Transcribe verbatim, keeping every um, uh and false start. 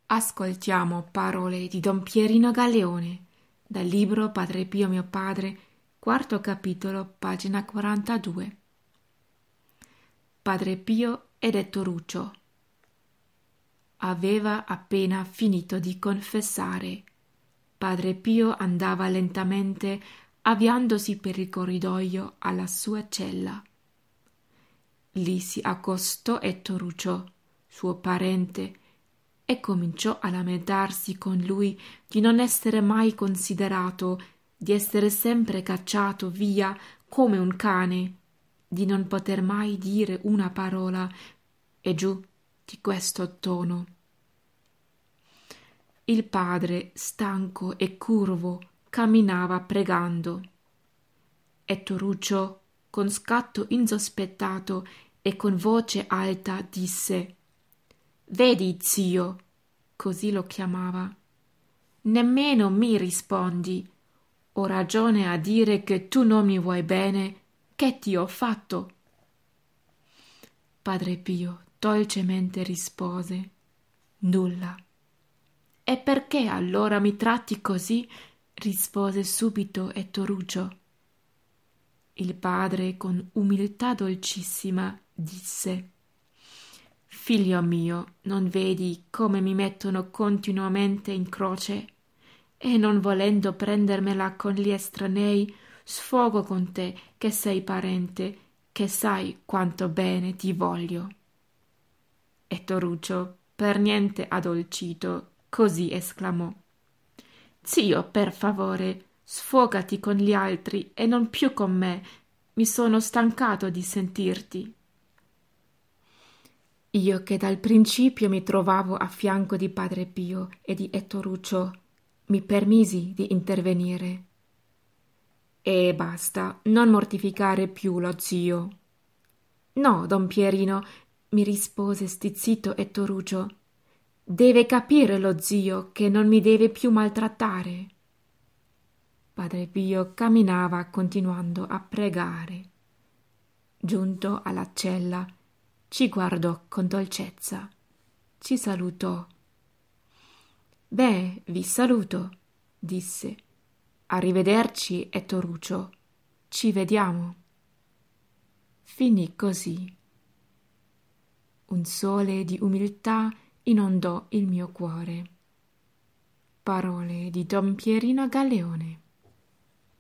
Ascoltiamo parole di Don Pierino Galeone dal libro Padre Pio mio padre, quarto capitolo, pagina quarantadue. Padre Pio ed Ettoruccio. Aveva appena finito di confessare. Padre Pio andava lentamente avviandosi per il corridoio alla sua cella. Lì si accostò Ettoruccio, suo parente, e cominciò a lamentarsi con lui di non essere mai considerato, di essere sempre cacciato via come un cane, di non poter mai dire una parola, e giù di questo tono. Il padre, stanco e curvo, camminava pregando. Ettoruccio, con scatto insospettato e con voce alta, disse: «Vedi, zio», così lo chiamava, «nemmeno mi rispondi. Ho ragione a dire che tu non mi vuoi bene. Che ti ho fatto?» Padre Pio dolcemente rispose: «Nulla». «E perché allora mi tratti così?» rispose subito Ettoruccio. Il padre, con umiltà dolcissima, disse: «Figlio mio, non vedi come mi mettono continuamente in croce? E non volendo prendermela con gli estranei, sfogo con te, che sei parente, che sai quanto bene ti voglio». Ettoruccio, per niente addolcito, così esclamò: «Zio, per favore, sfogati con gli altri e non più con me. Mi sono stancato di sentirti». Io, che dal principio mi trovavo a fianco di Padre Pio e di Ettoruccio, mi permisi di intervenire. «E basta, non mortificare più lo zio». «No, don Pierino», mi rispose stizzito Ettoruccio, «deve capire lo zio che non mi deve più maltrattare». Padre Pio camminava continuando a pregare. Giunto alla cella, ci guardò con dolcezza, ci salutò. «Beh, vi saluto», disse. «Arrivederci, Ettoruccio. Ci vediamo». Finì così. Un sole di umiltà inondò il mio cuore. Parole di Don Pierino Galeone.